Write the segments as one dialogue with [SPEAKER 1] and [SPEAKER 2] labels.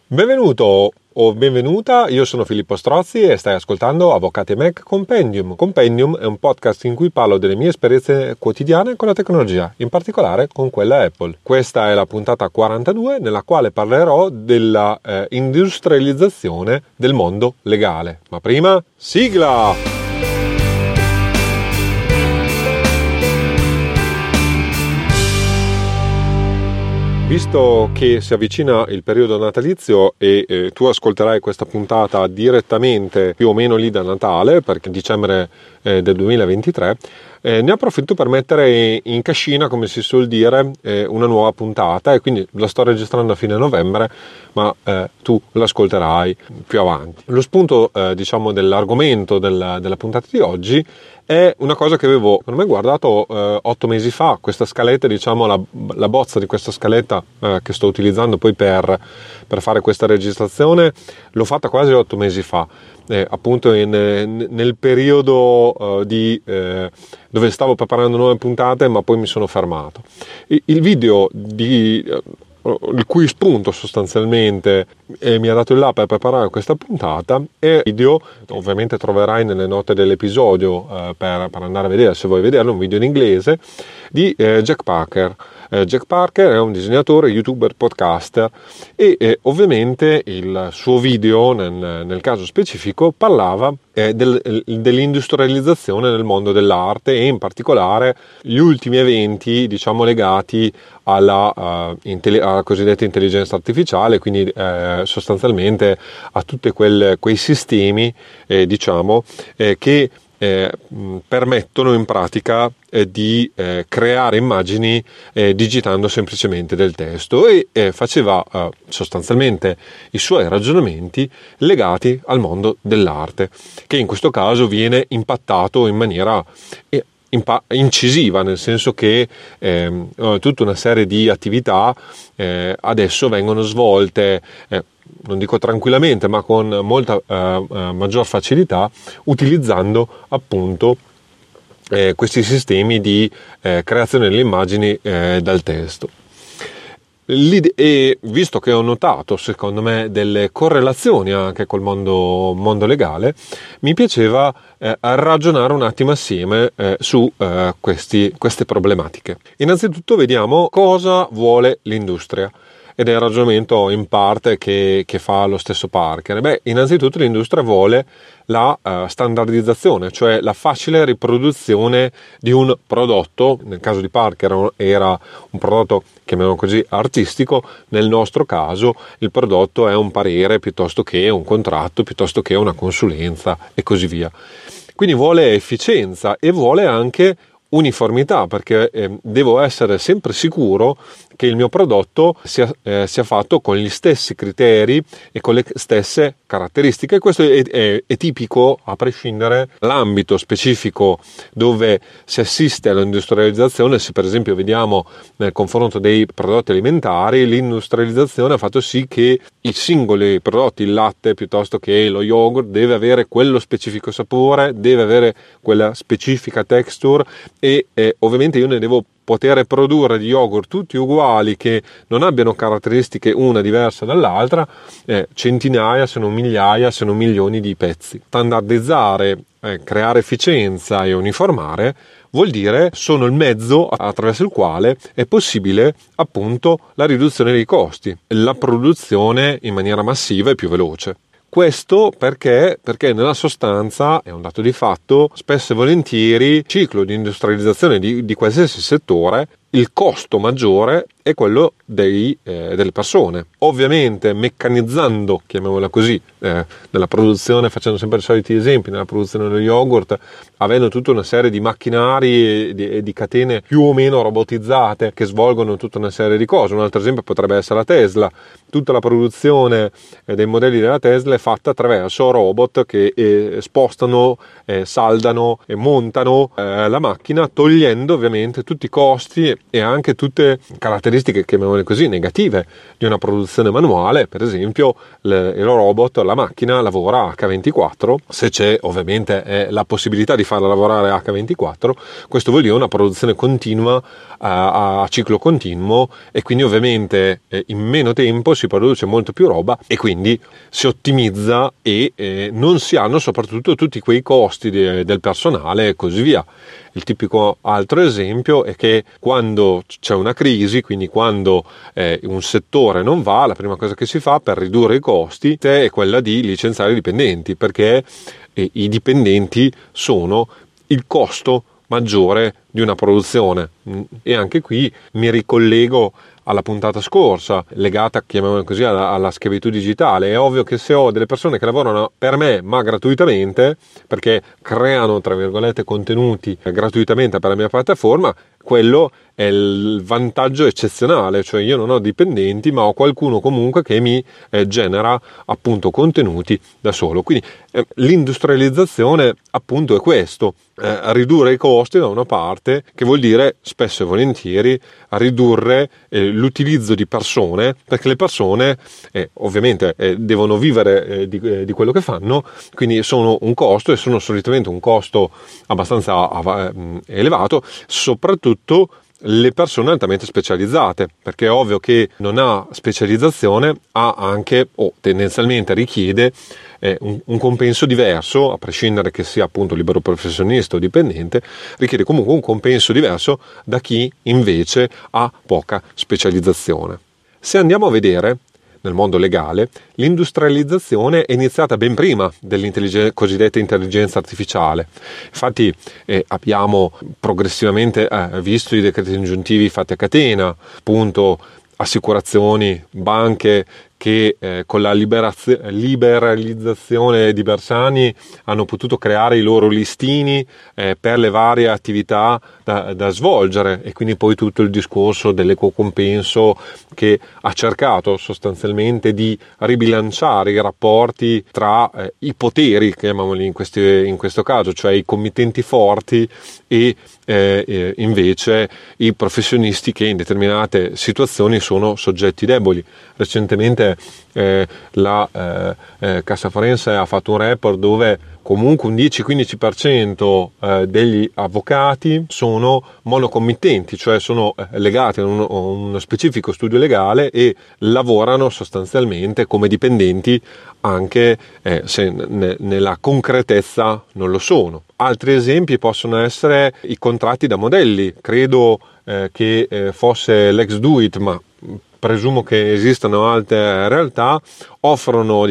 [SPEAKER 1] Benvenuto o benvenuta, io sono Filippo Strozzi e stai ascoltando Avvocati e Mac Compendium. Compendium è un podcast in cui parlo delle mie esperienze quotidiane con la tecnologia, in particolare con quella Apple. Questa è la puntata 42 nella quale parlerò della industrializzazione del mondo legale. Ma prima, sigla! Visto che si avvicina il periodo natalizio e tu ascolterai questa puntata direttamente più o meno lì da Natale, perché dicembre del 2023, ne approfitto per mettere in cascina, come si suol dire, una nuova puntata, e quindi la sto registrando a fine novembre, ma tu l'ascolterai più avanti. Lo spunto dell'argomento della puntata di oggi è una cosa che avevo, secondo me, guardato 8 mesi fa, questa scaletta, la bozza di questa scaletta che sto utilizzando poi per fare questa registrazione, l'ho fatta quasi 8 mesi fa, appunto nel periodo dove stavo preparando nuove puntate, ma poi mi sono fermato. Il video il cui spunto sostanzialmente mi ha dato il là per preparare questa puntata è video, ovviamente troverai nelle note dell'episodio per andare a vedere, se vuoi vederlo, un video in inglese di Jack Parker. Jack Parker è un disegnatore, youtuber, podcaster e ovviamente il suo video nel caso specifico parlava dell'industrializzazione nel mondo dell'arte e in particolare gli ultimi eventi legati alla cosiddetta intelligenza artificiale, quindi sostanzialmente a tutti quei sistemi che permettono in pratica di creare immagini digitando semplicemente del testo, e faceva sostanzialmente i suoi ragionamenti legati al mondo dell'arte, che in questo caso viene impattato in maniera incisiva, nel senso che tutta una serie di attività adesso vengono svolte non dico tranquillamente, ma con molta maggior facilità, utilizzando appunto questi sistemi di creazione delle immagini dal testo. E visto che ho notato, secondo me, delle correlazioni anche col mondo legale, mi piaceva ragionare un attimo assieme su queste problematiche. Innanzitutto vediamo cosa vuole l'industria. Ed è il ragionamento in parte che fa lo stesso Parker. Innanzitutto l'industria vuole la standardizzazione, cioè la facile riproduzione di un prodotto. Nel caso di Parker era un prodotto, chiamiamolo così, artistico. Nel nostro caso il prodotto è un parere piuttosto che un contratto, piuttosto che una consulenza e così via. Quindi vuole efficienza e vuole anche uniformità, perché devo essere sempre sicuro che il mio prodotto sia fatto con gli stessi criteri e con le stesse caratteristiche. Questo è tipico, a prescindere dall'ambito specifico dove si assiste all'industrializzazione. Se per esempio vediamo nel confronto dei prodotti alimentari, l'industrializzazione ha fatto sì che i singoli prodotti, il latte piuttosto che lo yogurt, deve avere quello specifico sapore, deve avere quella specifica texture, e ovviamente io ne devo poter produrre di yogurt tutti uguali, che non abbiano caratteristiche una diversa dall'altra, centinaia, se non migliaia, se non milioni di pezzi. Standardizzare, creare efficienza e uniformare vuol dire sono il mezzo attraverso il quale è possibile appunto la riduzione dei costi, la produzione in maniera massiva e più veloce. Questo perché nella sostanza, è un dato di fatto, spesso e volentieri il ciclo di industrializzazione di qualsiasi settore, il costo maggiore è quello delle persone. Ovviamente meccanizzando, chiamiamola così, nella produzione, facendo sempre i soliti esempi, nella produzione dello yogurt, avendo tutta una serie di macchinari e di catene più o meno robotizzate che svolgono tutta una serie di cose. Un altro esempio potrebbe essere la Tesla. Tutta la produzione dei modelli della Tesla è fatta attraverso robot che spostano, saldano e montano la macchina, togliendo ovviamente tutti i costi e anche tutte caratteristiche caratteristiche, chiamiamole così, negative di una produzione manuale. Per esempio il robot, la macchina lavora H24, se c'è ovviamente la possibilità di farla lavorare H24, questo vuol dire una produzione continua a ciclo continuo, e quindi ovviamente in meno tempo si produce molto più roba e quindi si ottimizza e non si hanno soprattutto tutti quei costi del personale e così via. Il tipico altro esempio è che quando c'è una crisi, quindi quando un settore non va, la prima cosa che si fa per ridurre i costi è quella di licenziare i dipendenti, perché i dipendenti sono il costo maggiore di una produzione. E anche qui mi ricollego alla puntata scorsa, legata, chiamiamola così, alla schiavitù digitale. È ovvio che se ho delle persone che lavorano per me ma gratuitamente, perché creano tra virgolette contenuti gratuitamente per la mia piattaforma, quello è il vantaggio eccezionale, cioè io non ho dipendenti ma ho qualcuno comunque che mi genera appunto contenuti da solo. Quindi l'industrializzazione appunto è questo, ridurre i costi da una parte, che vuol dire spesso e volentieri ridurre l'utilizzo di persone, perché le persone ovviamente devono vivere di quello che fanno, quindi sono un costo e sono solitamente un costo abbastanza elevato, soprattutto le persone altamente specializzate, perché è ovvio che non ha specializzazione, ha anche o tendenzialmente richiede un compenso diverso, a prescindere che sia appunto libero professionista o dipendente, richiede comunque un compenso diverso da chi invece ha poca specializzazione. Se andiamo a vedere nel mondo legale, l'industrializzazione è iniziata ben prima cosiddetta intelligenza artificiale. Infatti abbiamo progressivamente visto i decreti ingiuntivi fatti a catena, appunto assicurazioni, banche che con la liberalizzazione di Bersani hanno potuto creare i loro listini per le varie attività da svolgere, e quindi poi tutto il discorso dell'equo compenso che ha cercato sostanzialmente di ribilanciare i rapporti tra i poteri, chiamiamoli in questo caso, cioè i committenti forti e invece i professionisti che in determinate situazioni sono soggetti deboli. Recentemente la Cassa Forense ha fatto un report dove comunque un 10-15% degli avvocati sono monocommittenti, cioè sono legati a uno specifico studio legale e lavorano sostanzialmente come dipendenti, anche se nella concretezza non lo sono. Altri esempi possono essere i contratti da modelli. Credo che fosse l'ex Duit, ma presumo che esistano altre realtà, offrono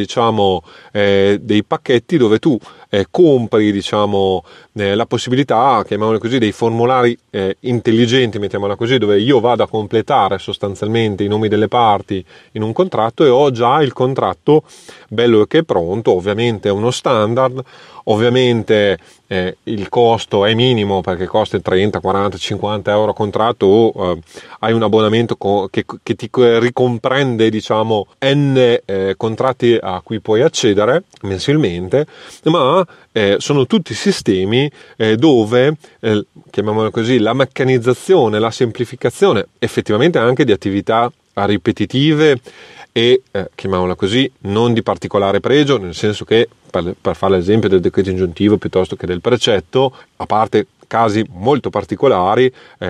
[SPEAKER 1] dei pacchetti dove tu compri la possibilità, chiamiamolo così, dei formulari intelligenti, mettiamola così, dove io vado a completare sostanzialmente i nomi delle parti in un contratto e ho già il contratto bello che è pronto. Ovviamente è uno standard, ovviamente il costo è minimo perché costa 30, 40, 50 euro a contratto, o hai un abbonamento che ti ricomprende n contratti a cui puoi accedere mensilmente, ma sono tutti sistemi dove, chiamiamolo così, la meccanizzazione, la semplificazione effettivamente anche di attività ripetitive e, chiamiamola così, non di particolare pregio, nel senso che, per fare l'esempio del decreto ingiuntivo piuttosto che del precetto, a parte casi molto particolari,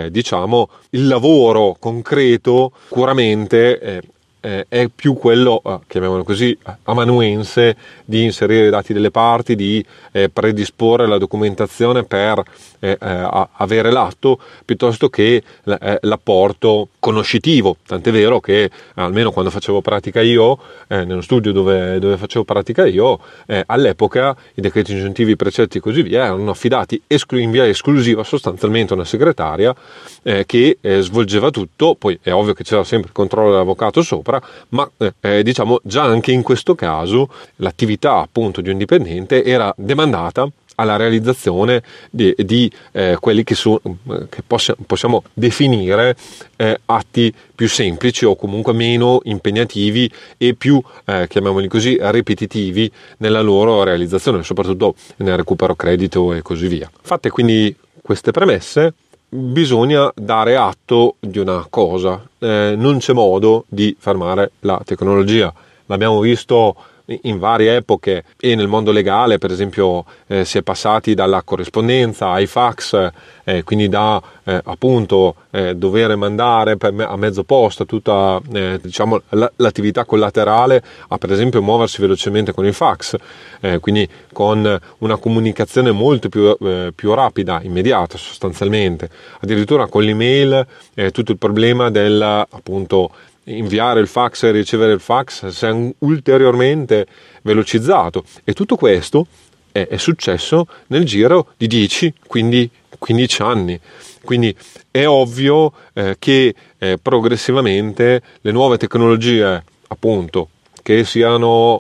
[SPEAKER 1] il lavoro concreto sicuramente è più quello, chiamiamolo così, amanuense, di inserire i dati delle parti, di predisporre la documentazione per avere l'atto, piuttosto che l'apporto conoscitivo. Tant'è vero che, almeno quando facevo pratica io, nello studio dove facevo pratica io, all'epoca i decreti ingiuntivi, i precetti e così via erano affidati in via esclusiva sostanzialmente a una segretaria che svolgeva tutto. Poi è ovvio che c'era sempre il controllo dell'avvocato sopra, ma già anche in questo caso l'attività appunto di un dipendente era demandata alla realizzazione di quelli che possiamo definire atti più semplici o comunque meno impegnativi e più, chiamiamoli così, ripetitivi nella loro realizzazione, soprattutto nel recupero credito e così via. Fatte quindi queste premesse, bisogna dare atto di una cosa: non c'è modo di fermare la tecnologia. L'abbiamo visto in varie epoche, e nel mondo legale, per esempio, si è passati dalla corrispondenza ai fax, quindi da appunto dover mandare a mezzo posta tutta diciamo l'attività collaterale a, per esempio, muoversi velocemente con il fax, quindi con una comunicazione molto più rapida, immediata sostanzialmente. Addirittura con l'email tutto il problema del appunto inviare il fax e ricevere il fax si è ulteriormente velocizzato, e tutto questo è successo nel giro di 10, quindi 15 anni. Quindi è ovvio che progressivamente le nuove tecnologie, appunto, che siano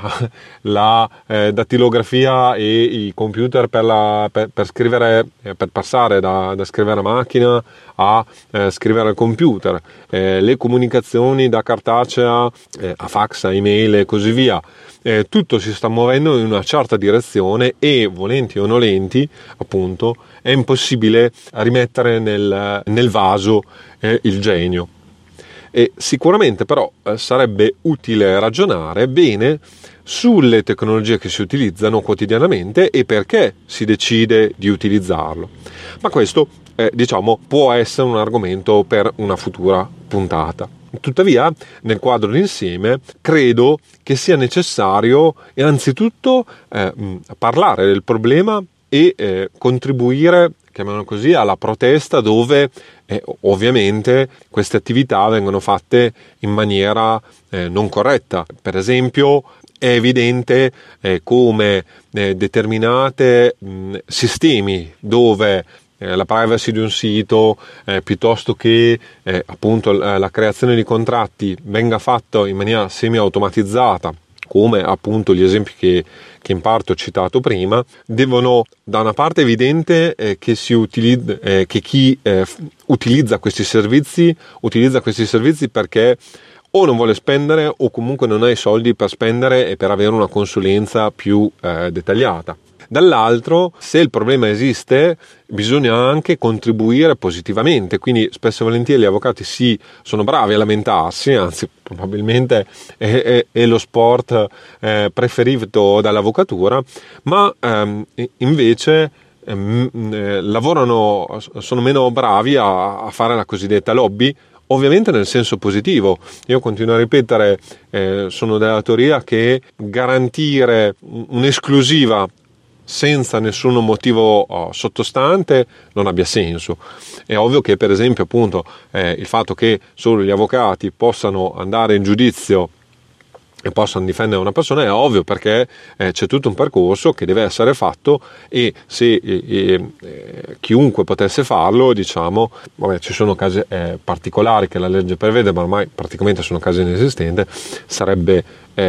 [SPEAKER 1] la dattilografia e i computer per scrivere, per passare da scrivere a macchina a scrivere al computer, le comunicazioni da cartacea a fax, a email e così via. Tutto si sta muovendo in una certa direzione, e volenti o nolenti, appunto, è impossibile rimettere nel vaso il genio. E sicuramente però sarebbe utile ragionare bene sulle tecnologie che si utilizzano quotidianamente e perché si decide di utilizzarlo. Ma questo diciamo può essere un argomento per una futura puntata. Tuttavia, nel quadro d'insieme, credo che sia necessario innanzitutto parlare del problema e contribuire, chiamiamolo così, alla protesta, dove ovviamente queste attività vengono fatte in maniera non corretta. Per esempio, è evidente come determinate sistemi dove la privacy di un sito, piuttosto che appunto la creazione di contratti, venga fatta in maniera semi-automatizzata, come appunto gli esempi che in parte ho citato prima, devono, da una parte, evidente che chi utilizza questi servizi perché o non vuole spendere, o comunque non ha i soldi per spendere e per avere una consulenza più dettagliata. Dall'altro, se il problema esiste, bisogna anche contribuire positivamente, quindi spesso e volentieri gli avvocati sono bravi a lamentarsi, anzi probabilmente è lo sport preferito dall'avvocatura, ma invece sono meno bravi a fare la cosiddetta lobby, ovviamente nel senso positivo. Io continuo a ripetere, sono della teoria che garantire un'esclusiva senza nessun motivo sottostante non abbia senso. È ovvio che, per esempio, appunto il fatto che solo gli avvocati possano andare in giudizio e possano difendere una persona è ovvio, perché c'è tutto un percorso che deve essere fatto, e se chiunque potesse farlo, diciamo, ci sono casi particolari che la legge prevede, ma ormai praticamente sono casi inesistenti, sarebbe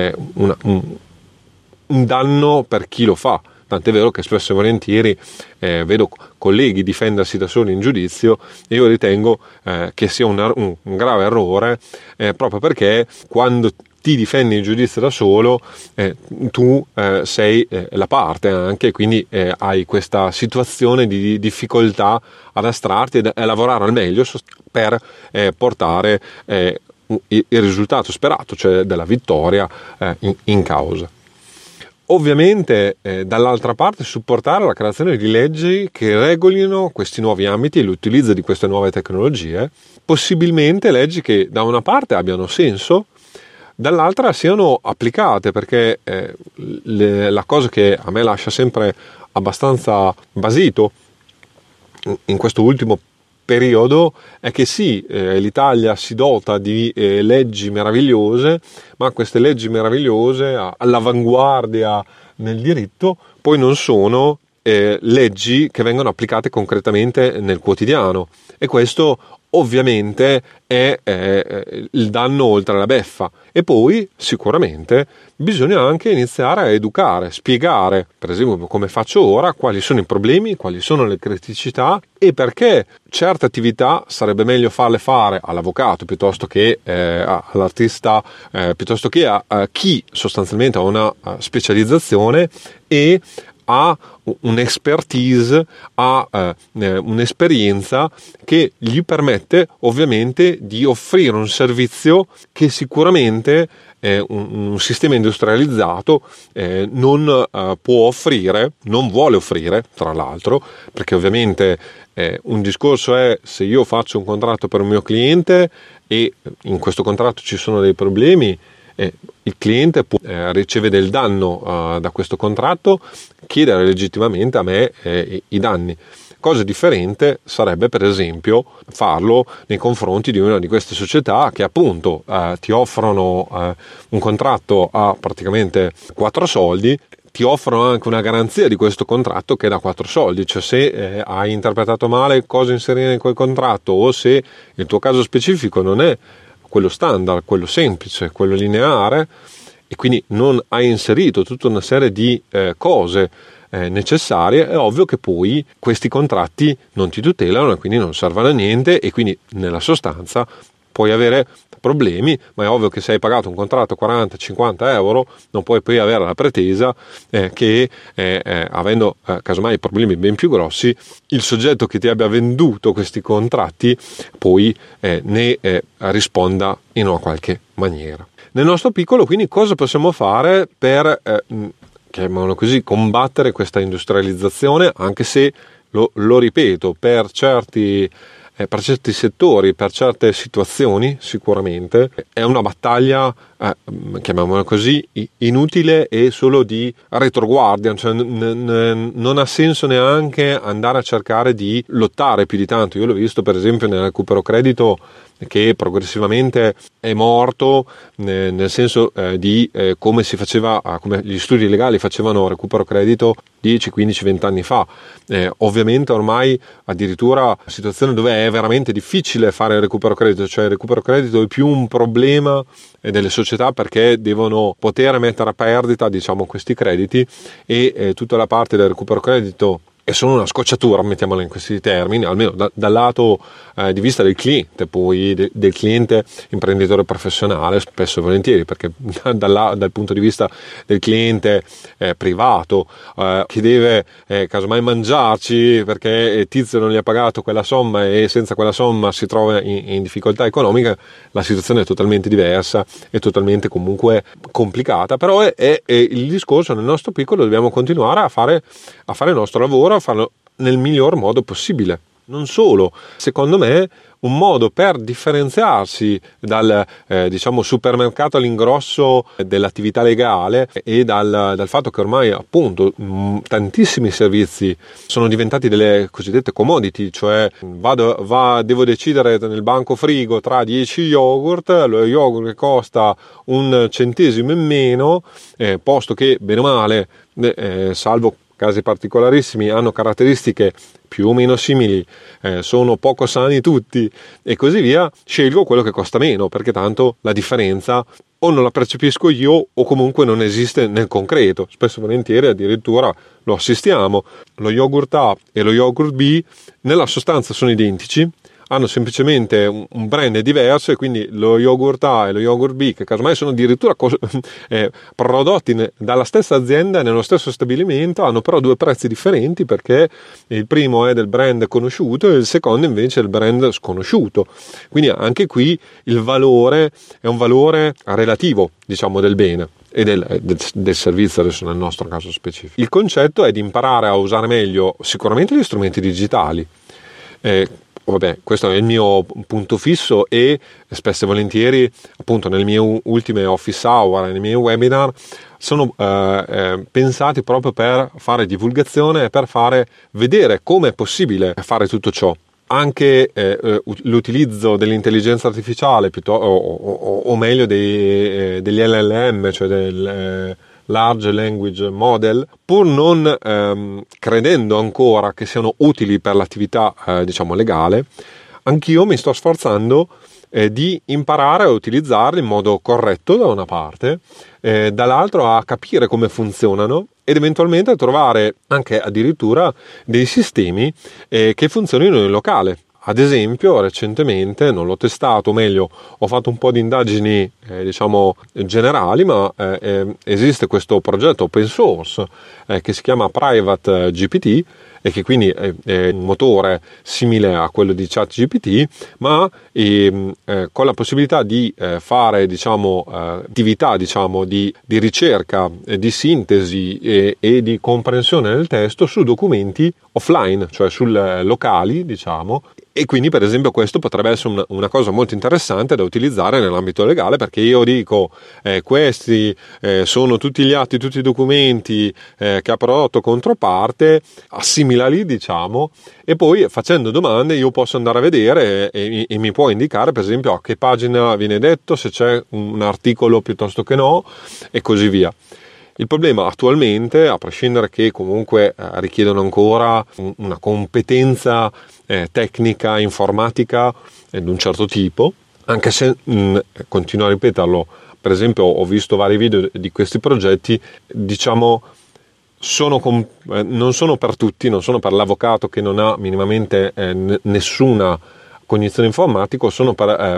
[SPEAKER 1] un danno per chi lo fa. Tant'è vero che spesso e volentieri vedo colleghi difendersi da soli in giudizio, e io ritengo che sia un grave errore, proprio perché quando ti difendi in giudizio da solo, tu sei la parte anche, quindi hai questa situazione di difficoltà ad astrarti e a lavorare al meglio per portare il risultato sperato, cioè della vittoria in causa. Ovviamente dall'altra parte supportare la creazione di leggi che regolino questi nuovi ambiti e l'utilizzo di queste nuove tecnologie, possibilmente leggi che da una parte abbiano senso, dall'altra siano applicate, perché la cosa che a me lascia sempre abbastanza basito in questo ultimo periodo è che sì, l'Italia si dota di leggi meravigliose, ma queste leggi meravigliose all'avanguardia nel diritto poi non sono leggi che vengono applicate concretamente nel quotidiano, e questo ovviamente è il danno oltre la beffa. E poi sicuramente bisogna anche iniziare a educare, spiegare, per esempio come faccio ora, quali sono i problemi, quali sono le criticità e perché certe attività sarebbe meglio farle fare all'avvocato piuttosto che all'artista, piuttosto che a chi sostanzialmente ha una specializzazione, e ha un'expertise, ha un'esperienza che gli permette ovviamente di offrire un servizio che sicuramente un sistema industrializzato non può offrire, non vuole offrire, tra l'altro, perché ovviamente un discorso è: se io faccio un contratto per un mio cliente e in questo contratto ci sono dei problemi, il cliente riceve del danno da questo contratto, chiedere legittimamente a me i danni. Cosa differente sarebbe, per esempio, farlo nei confronti di una di queste società che appunto ti offrono un contratto a praticamente 4 soldi, ti offrono anche una garanzia di questo contratto che è da 4 soldi, cioè se hai interpretato male cosa inserire in quel contratto, o se il tuo caso specifico non è quello standard, quello semplice, quello lineare, e quindi non hai inserito tutta una serie di cose necessarie, è ovvio che poi questi contratti non ti tutelano e quindi non servono a niente, e quindi nella sostanza puoi avere problemi, ma è ovvio che se hai pagato un contratto 40-50 euro non puoi poi avere la pretesa che avendo casomai problemi ben più grossi, il soggetto che ti abbia venduto questi contratti poi ne risponda in una qualche maniera. Nel nostro piccolo, quindi, cosa possiamo fare per chiamiamolo così, combattere questa industrializzazione, anche se lo ripeto, per certi settori, per certe situazioni sicuramente è una battaglia chiamiamola così inutile e solo di retroguardia, cioè non ha senso neanche andare a cercare di lottare più di tanto. Io l'ho visto per esempio nel recupero credito, che progressivamente è morto, nel senso di come si faceva, come gli studi legali facevano recupero credito 10, 15, 20 anni fa. Ovviamente ormai addirittura situazione dove è veramente difficile fare il recupero credito, cioè il recupero credito è più un problema delle società, perché devono poter mettere a perdita, diciamo, questi crediti, e tutta la parte del recupero credito è solo una scocciatura, mettiamola in questi termini, almeno dal lato di vista del cliente, poi del cliente imprenditore professionale, spesso e volentieri, perché dal punto di vista del cliente privato che deve casomai mangiarci perché Tizio non gli ha pagato quella somma e senza quella somma si trova in difficoltà economica, la situazione è totalmente diversa, è totalmente comunque complicata. Però è il discorso: nel nostro piccolo dobbiamo continuare a fare il nostro lavoro, a farlo nel miglior modo possibile. Non solo, secondo me un modo per differenziarsi dal diciamo supermercato all'ingrosso dell'attività legale e dal fatto che ormai appunto tantissimi servizi sono diventati delle cosiddette commodity, cioè devo decidere nel banco frigo tra 10 yogurt, lo yogurt che costa 1 centesimo in meno, posto che bene o male, salvo casi particolarissimi, hanno caratteristiche più o meno simili, sono poco sani tutti e così via, scelgo quello che costa meno, perché tanto la differenza o non la percepisco io o comunque non esiste nel concreto. Spesso e volentieri addirittura lo assistiamo. Lo yogurt A e lo yogurt B nella sostanza sono identici, hanno semplicemente un brand diverso, e quindi lo yogurt A e lo yogurt B, che casomai sono addirittura prodotti dalla stessa azienda nello stesso stabilimento, hanno però 2 prezzi differenti, perché il primo è del brand conosciuto e il secondo invece è del brand sconosciuto. Quindi anche qui il valore è un valore relativo, diciamo, del bene e del servizio, adesso nel nostro caso specifico. Il concetto è di imparare a usare meglio sicuramente gli strumenti digitali. Vabbè, questo è il mio punto fisso, e spesso e volentieri appunto nelle mie ultime office hour, nei miei webinar, sono pensati proprio per fare divulgazione e per fare vedere come è possibile fare tutto ciò. Anche l'utilizzo dell'intelligenza artificiale o meglio degli LLM, cioè del Large Language Model, pur non credendo ancora che siano utili per l'attività diciamo legale, anch'io mi sto sforzando di imparare a utilizzarli in modo corretto da una parte, dall'altro a capire come funzionano ed eventualmente a trovare anche addirittura dei sistemi che funzionino in locale. ad esempio, recentemente, non l'ho testato, o meglio, ho fatto un po' di indagini, diciamo, generali, ma esiste questo progetto open source che si chiama Private GPT, e che quindi è un motore simile a quello di ChatGPT, ma con la possibilità di fare, diciamo, attività, diciamo, di ricerca, di sintesi e di comprensione del testo su documenti offline, cioè locali, diciamo. E quindi, per esempio, questo potrebbe essere una cosa molto interessante da utilizzare nell'ambito legale, perché io dico questi sono tutti gli atti, tutti i documenti che ha prodotto controparte, assimilali, diciamo, e poi facendo domande io posso andare a vedere e mi può indicare, per esempio, a che pagina viene detto, se c'è un articolo piuttosto che no, e così via. Il problema attualmente, a prescindere che comunque richiedono ancora una competenza tecnica, informatica di un certo tipo, anche se, continuo a ripeterlo, per esempio ho visto vari video di questi progetti, diciamo, non sono per tutti, non sono per l'avvocato che non ha minimamente nessuna cognizione informatica, sono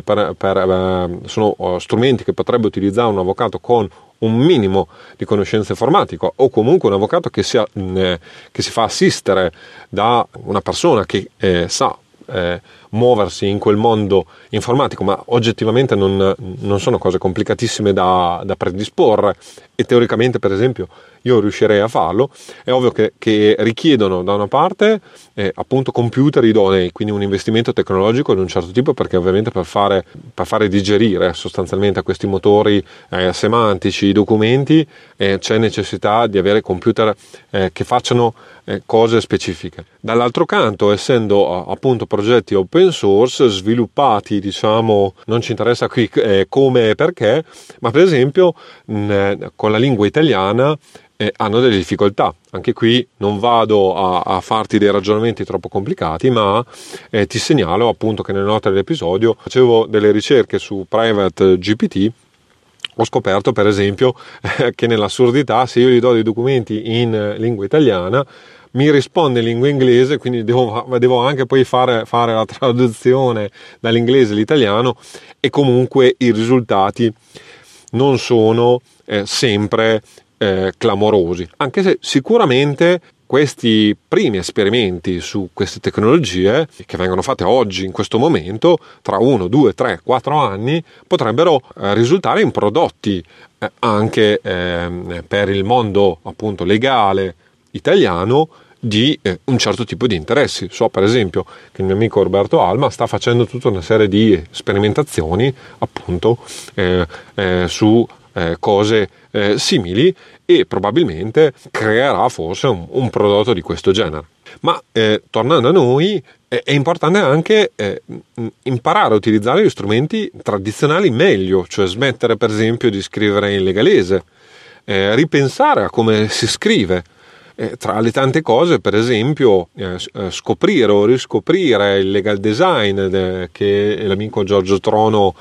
[SPEAKER 1] sono strumenti che potrebbe utilizzare un avvocato con un minimo di conoscenza informatica, o comunque un avvocato che si fa assistere da una persona che sa muoversi in quel mondo informatico, ma oggettivamente non sono cose complicatissime da predisporre, e teoricamente, per esempio, io riuscirei a farlo. È ovvio che richiedono da una parte appunto computer idonei, quindi un investimento tecnologico di un certo tipo, perché ovviamente per fare digerire sostanzialmente a questi motori semantici i documenti c'è necessità di avere computer che facciano cose specifiche. Dall'altro canto, essendo appunto progetti open source sviluppati, diciamo, non ci interessa qui come e perché, ma per esempio con la lingua italiana hanno delle difficoltà. Anche qui non vado a farti dei ragionamenti troppo complicati, ma ti segnalo appunto che nelle note dell'episodio facevo delle ricerche su Private GPT. Ho scoperto, per esempio, che nell'assurdità, se io gli do dei documenti in lingua italiana, mi risponde in lingua inglese, quindi devo anche poi fare la traduzione dall'inglese all'italiano, e comunque i risultati non sono sempre clamorosi, anche se sicuramente questi primi esperimenti su queste tecnologie che vengono fatte oggi, in questo momento, tra 1, 2, 3, 4 anni, potrebbero risultare in prodotti anche per il mondo appunto legale italiano di un certo tipo di interessi. So per esempio che il mio amico Roberto Alma sta facendo tutta una serie di sperimentazioni appunto su cose simili, e probabilmente creerà forse un prodotto di questo genere. Ma tornando a noi, è importante anche imparare a utilizzare gli strumenti tradizionali meglio, cioè smettere per esempio di scrivere in legalese, ripensare a come si scrive. Tra le tante cose, per esempio, scoprire o riscoprire il legal design che l'amico Giorgio Trono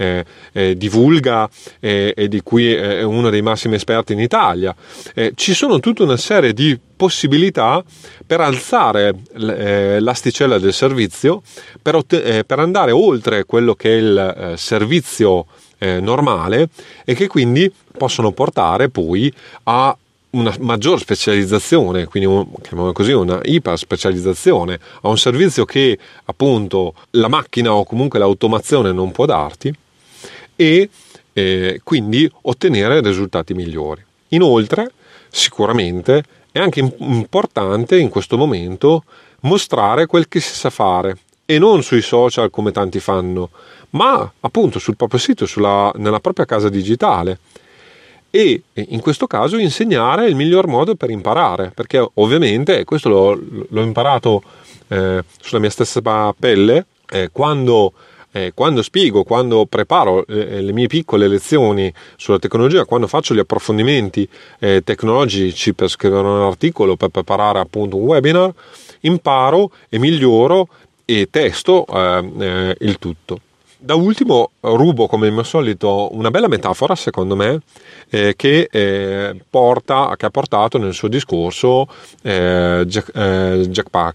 [SPEAKER 1] divulga e di cui è uno dei massimi esperti in Italia. Ci sono tutta una serie di possibilità per alzare l'asticella del servizio, per andare oltre quello che è il servizio normale, e che quindi possono portare poi a una maggior specializzazione, quindi chiamiamola così, una iper specializzazione, a un servizio che appunto la macchina o comunque l'automazione non può darti, e quindi ottenere risultati migliori. Inoltre, sicuramente è anche importante in questo momento mostrare quel che si sa fare, e non sui social come tanti fanno, ma appunto sul proprio sito, nella propria casa digitale. E in questo caso insegnare è il miglior modo per imparare, perché ovviamente questo l'ho imparato sulla mia stessa pelle quando spiego, quando preparo le mie piccole lezioni sulla tecnologia, quando faccio gli approfondimenti tecnologici per scrivere un articolo, per preparare appunto un webinar, imparo e miglioro e testo il tutto. Da ultimo rubo, come al mio solito, una bella metafora, secondo me, che ha portato nel suo discorso Jack Packer.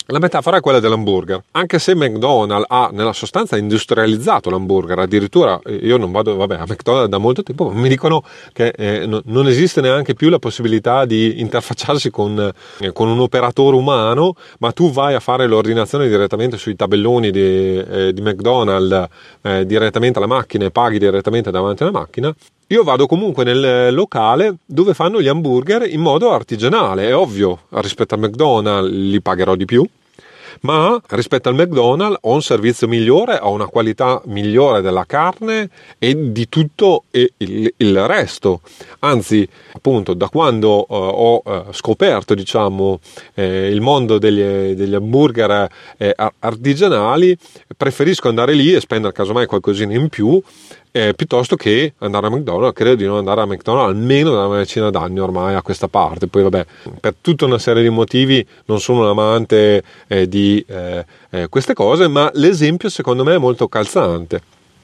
[SPEAKER 1] La metafora è quella dell'hamburger. Anche se McDonald's ha nella sostanza industrializzato l'hamburger, addirittura io non vado a McDonald's da molto tempo, ma mi dicono che non esiste neanche più la possibilità di interfacciarsi con un operatore umano, ma tu vai a fare l'ordinazione direttamente sui tabelloni di McDonald's, direttamente alla macchina, e paghi direttamente davanti alla macchina. Io vado comunque nel locale dove fanno gli hamburger in modo artigianale. È ovvio, rispetto al McDonald's li pagherò di più, ma rispetto al McDonald's ho un servizio migliore, ho una qualità migliore della carne e di tutto il resto. Anzi, appunto, da quando ho scoperto, diciamo, il mondo degli hamburger artigianali, preferisco andare lì e spendere casomai qualcosina in più, piuttosto che andare a McDonald's. Credo di non andare a McDonald's almeno da una decina d'anni ormai a questa parte. Poi vabbè, per tutta una serie di motivi non sono un amante di queste cose, ma l'esempio secondo me è molto calzante.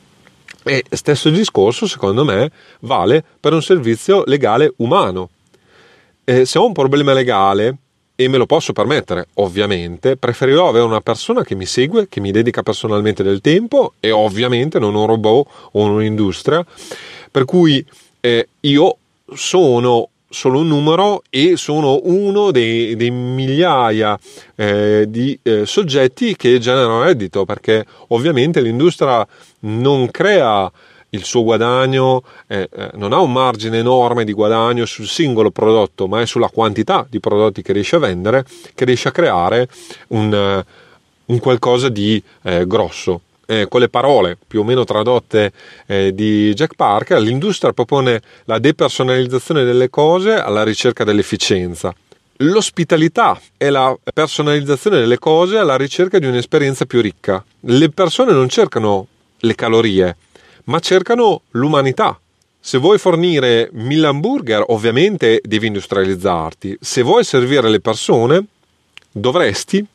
[SPEAKER 1] E stesso discorso secondo me vale per un servizio legale umano. Se ho un problema legale e me lo posso permettere, ovviamente, preferirò avere una persona che mi segue, che mi dedica personalmente del tempo, e ovviamente non un robot o un'industria, per cui io sono solo un numero e sono uno dei migliaia di soggetti che generano reddito, perché ovviamente l'industria non crea il suo guadagno, non ha un margine enorme di guadagno sul singolo prodotto, ma è sulla quantità di prodotti che riesce a vendere, che riesce a creare un qualcosa di grosso. Con le parole più o meno tradotte di Jack Parker, l'industria propone la depersonalizzazione delle cose alla ricerca dell'efficienza. L'ospitalità è la personalizzazione delle cose alla ricerca di un'esperienza più ricca. Le persone non cercano le calorie, ma cercano l'umanità. Se vuoi fornire 1000 hamburger, ovviamente devi industrializzarti. Se vuoi servire le persone, dovresti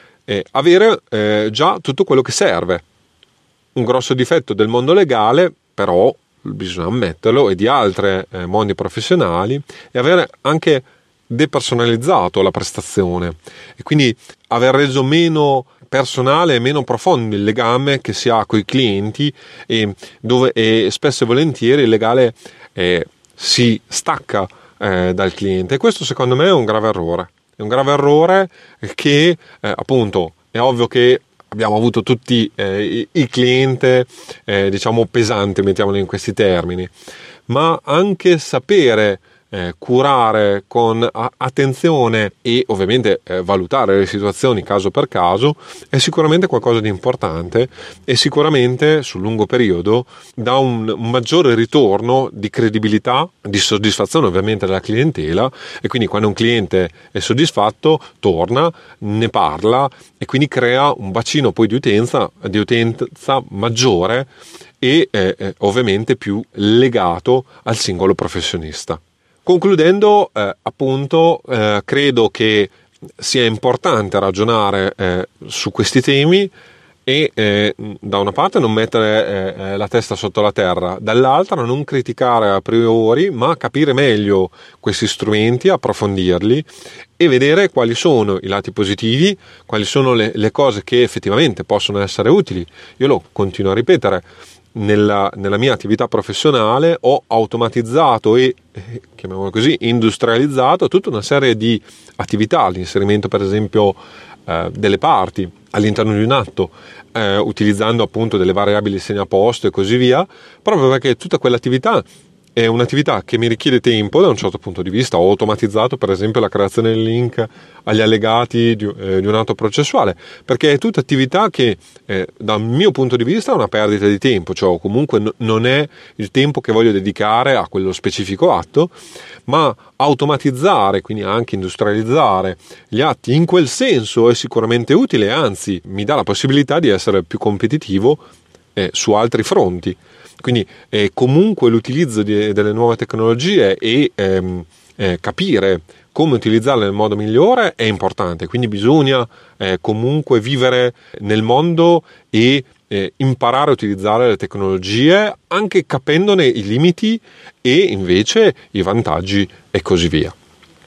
[SPEAKER 1] avere già tutto quello che serve. Un grosso difetto del mondo legale, però, bisogna ammetterlo, e di altri mondi professionali, è avere anche depersonalizzato la prestazione e quindi aver reso meno personale e meno profondo il legame che si ha con i clienti, e spesso e volentieri il legale si stacca dal cliente, e questo secondo me è un grave errore che appunto è ovvio che abbiamo avuto tutti il cliente diciamo pesante, mettiamolo in questi termini, ma anche sapere curare con attenzione e ovviamente valutare le situazioni caso per caso è sicuramente qualcosa di importante, e sicuramente sul lungo periodo dà un maggiore ritorno di credibilità, di soddisfazione ovviamente della clientela, e quindi quando un cliente è soddisfatto torna, ne parla e quindi crea un bacino poi di utenza maggiore e ovviamente più legato al singolo professionista. Concludendo, credo che sia importante ragionare su questi temi e da una parte non mettere la testa sotto la terra, dall'altra non criticare a priori, ma capire meglio questi strumenti, approfondirli e vedere quali sono i lati positivi, quali sono le cose che effettivamente possono essere utili. Io lo continuo a ripetere. Nella mia attività professionale ho automatizzato e, chiamiamolo così, industrializzato tutta una serie di attività, l'inserimento per esempio delle parti all'interno di un atto, utilizzando appunto delle variabili segnaposto e così via, proprio perché tutta quell'attività è un'attività che mi richiede tempo da un certo punto di vista. Ho automatizzato per esempio la creazione del link agli allegati di un atto processuale, perché è tutta attività che dal mio punto di vista è una perdita di tempo, cioè comunque non è il tempo che voglio dedicare a quello specifico atto, ma automatizzare, quindi anche industrializzare gli atti in quel senso è sicuramente utile, anzi mi dà la possibilità di essere più competitivo su altri fronti. Quindi comunque l'utilizzo delle nuove tecnologie e capire come utilizzarle nel modo migliore è importante, quindi bisogna comunque vivere nel mondo e imparare a utilizzare le tecnologie anche capendone i limiti e invece i vantaggi e così via.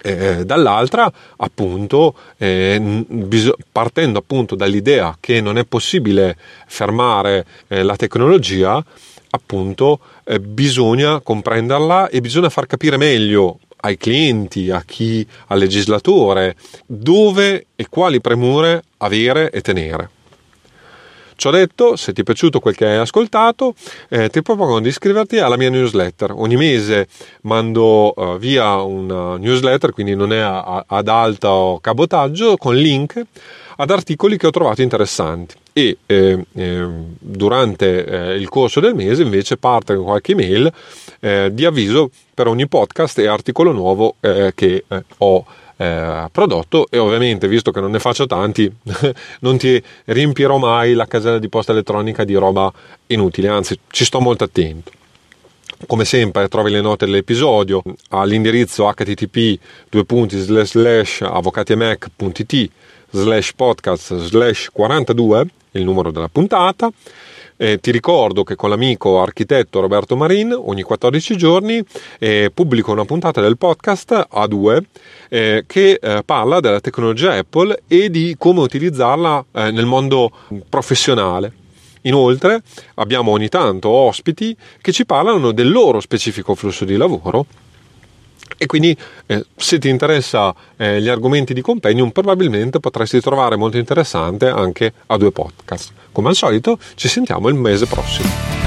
[SPEAKER 1] Dall'altra, appunto, partendo appunto dall'idea che non è possibile fermare la tecnologia, appunto, bisogna comprenderla e bisogna far capire meglio ai clienti, al legislatore, dove e quali premure avere e tenere. Ciò detto, se ti è piaciuto quel che hai ascoltato, ti propongo di iscriverti alla mia newsletter. Ogni mese mando via una newsletter, quindi non è ad alto cabotaggio, con link ad articoli che ho trovato interessanti. E durante il corso del mese invece parte con qualche email di avviso per ogni podcast e articolo nuovo che ho prodotto, e ovviamente, visto che non ne faccio tanti, non ti riempirò mai la casella di posta elettronica di roba inutile, anzi ci sto molto attento. Come sempre trovi le note dell'episodio all'indirizzo http://avvocatiemac.it/podcast/42, il numero della puntata. Ti ricordo che con l'amico architetto Roberto Marin ogni 14 giorni pubblico una puntata del podcast a due che parla della tecnologia Apple e di come utilizzarla nel mondo professionale. Inoltre abbiamo ogni tanto ospiti che ci parlano del loro specifico flusso di lavoro, e quindi se ti interessa gli argomenti di Compendium, probabilmente potresti trovare molto interessante anche a due podcast. Come al solito ci sentiamo il mese prossimo.